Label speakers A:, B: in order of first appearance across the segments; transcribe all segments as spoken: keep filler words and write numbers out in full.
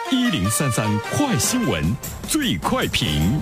A: 一零三三快新闻最快评。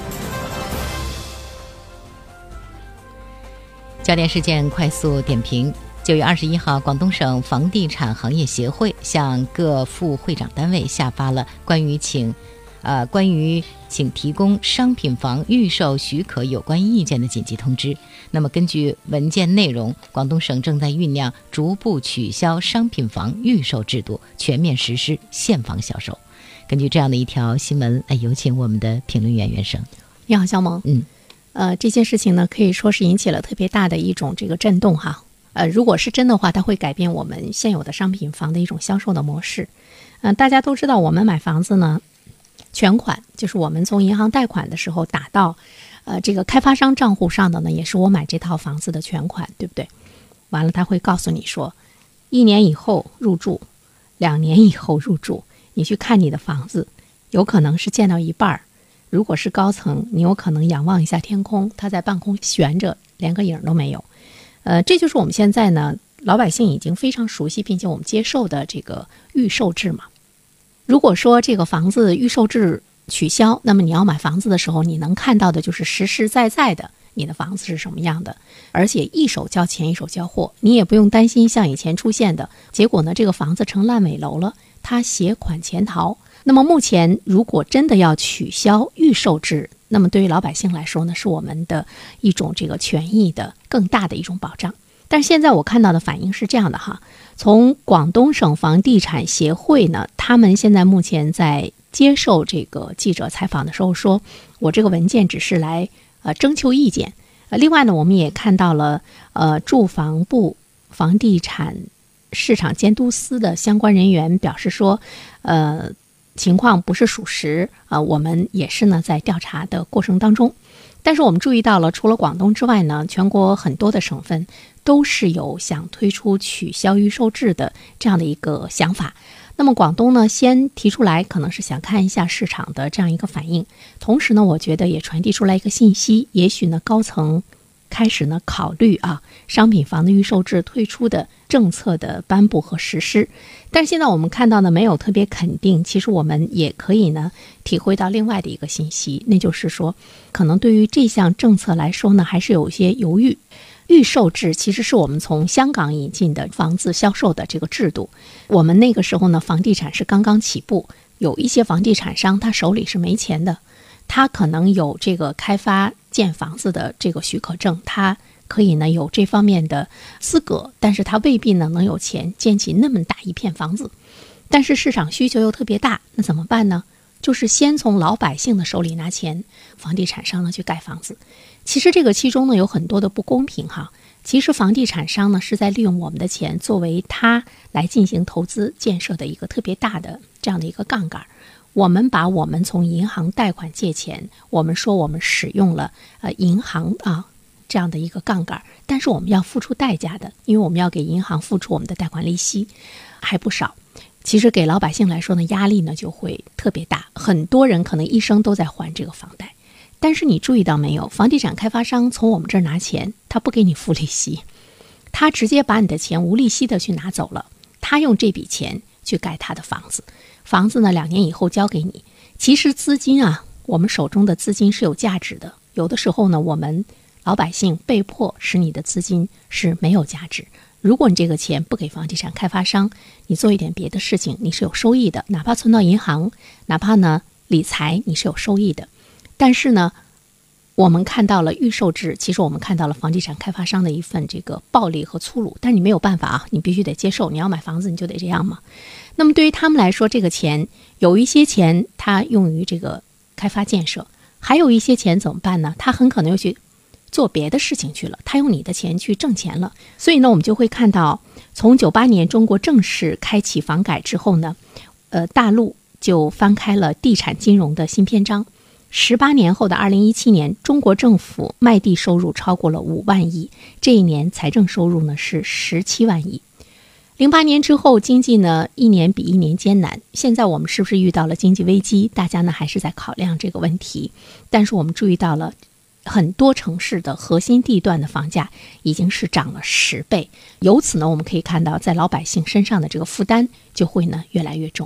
B: 焦点事件快速点评。九月二十一号，广东省房地产行业协会向各副会长单位下发了关于请呃关于请提供商品房预售许可有关意见的紧急通知。那么根据文件内容，广东省正在酝酿逐步取消商品房预售制度，全面实施现房销售。根据这样的一条新闻，来有请我们的评论员袁生。
C: 你好，肖萌。
B: 嗯，
C: 呃，这件事情呢，可以说是引起了特别大的一种这个震动哈。呃，如果是真的话，它会改变我们现有的商品房的一种销售的模式。嗯、呃，大家都知道，我们买房子呢，全款就是我们从银行贷款的时候打到，呃，这个开发商账户上的呢，也是我买这套房子的全款，对不对？完了，他会告诉你说，一年以后入住，两年以后入住，你去看你的房子，有可能是建到一半儿，如果是高层，你有可能仰望一下天空，它在半空悬着，连个影都没有。呃，这就是我们现在呢，老百姓已经非常熟悉并且我们接受的这个预售制嘛。如果说这个房子预售制取消，那么你要买房子的时候，你能看到的就是实实在在的你的房子是什么样的，而且一手交钱一手交货，你也不用担心像以前出现的结果呢，这个房子成烂尾楼了，他携款潜逃。那么目前如果真的要取消预售制，那么对于老百姓来说呢，是我们的一种这个权益的更大的一种保障。但是现在我看到的反应是这样的哈，从广东省房地产协会呢，他们现在目前在接受这个记者采访的时候说，我这个文件只是来呃征求意见。呃，另外呢，我们也看到了呃住房部房地产市场监督司的相关人员表示说，呃。情况不是属实啊、呃，我们也是呢在调查的过程当中。但是我们注意到了，除了广东之外呢，全国很多的省份都是有想推出取消预售制的这样的一个想法。那么广东呢，先提出来，可能是想看一下市场的这样一个反应。同时呢，我觉得也传递出来一个信息，也许呢高层开始呢考虑啊商品房的预售制退出的政策的颁布和实施。但是现在我们看到呢，没有特别肯定，其实我们也可以呢体会到另外的一个信息，那就是说可能对于这项政策来说呢，还是有一些犹豫。预售制其实是我们从香港引进的房子销售的这个制度，我们那个时候呢房地产是刚刚起步，有一些房地产商他手里是没钱的，他可能有这个开发建房子的这个许可证，他可以呢有这方面的资格，但是他未必呢能有钱建起那么大一片房子，但是市场需求又特别大，那怎么办呢？就是先从老百姓的手里拿钱，房地产商呢去盖房子。其实这个其中呢有很多的不公平哈。其实房地产商呢是在利用我们的钱作为他来进行投资建设的一个特别大的这样的一个杠杆。我们把我们从银行贷款借钱，我们说我们使用了呃银行啊这样的一个杠杆，但是我们要付出代价的，因为我们要给银行付出我们的贷款利息还不少。其实给老百姓来说呢，压力呢就会特别大，很多人可能一生都在还这个房贷。但是你注意到没有，房地产开发商从我们这儿拿钱，他不给你付利息，他直接把你的钱无利息的去拿走了，他用这笔钱去盖他的房子，房子呢两年以后交给你。其实资金啊，我们手中的资金是有价值的，有的时候呢我们老百姓被迫使你的资金是没有价值。如果你这个钱不给房地产开发商，你做一点别的事情，你是有收益的，哪怕存到银行，哪怕呢理财，你是有收益的。但是呢我们看到了预售制，其实我们看到了房地产开发商的一份这个暴力和粗鲁，但是你没有办法啊，你必须得接受，你要买房子你就得这样嘛。那么对于他们来说，这个钱有一些钱他用于这个开发建设，还有一些钱怎么办呢？他很可能又去做别的事情去了，他用你的钱去挣钱了。所以呢我们就会看到，从九八年中国正式开启房改之后呢，呃，大陆就翻开了地产金融的新篇章。十八年后的二零一七年，中国政府卖地收入超过了五万亿，这一年财政收入呢是十七万亿。零八年之后，经济呢一年比一年艰难。现在我们是不是遇到了经济危机？大家呢还是在考量这个问题。但是我们注意到了，很多城市的核心地段的房价已经是涨了十倍。由此呢，我们可以看到，在老百姓身上的这个负担就会呢越来越重。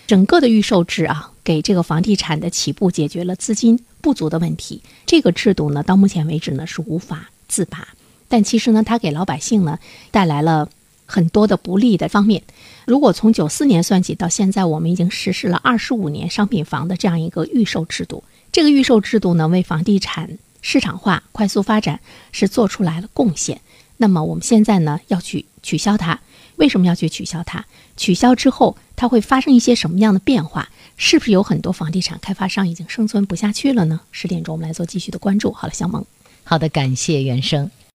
C: 整个的预售制啊，给这个房地产的起步解决了资金不足的问题。这个制度呢，到目前为止呢是无法自拔，但其实呢，它给老百姓呢带来了很多的不利的方面。如果从九四年算起到现在，我们已经实施了二十五年商品房的这样一个预售制度。这个预售制度呢，为房地产市场化快速发展是做出来了贡献。那么我们现在呢要去取消它。为什么要去取消它？取消之后它会发生一些什么样的变化？是不是有很多房地产开发商已经生存不下去了呢？十点钟我们来做继续的关注。好了，小萌。
B: 好的，感谢袁生。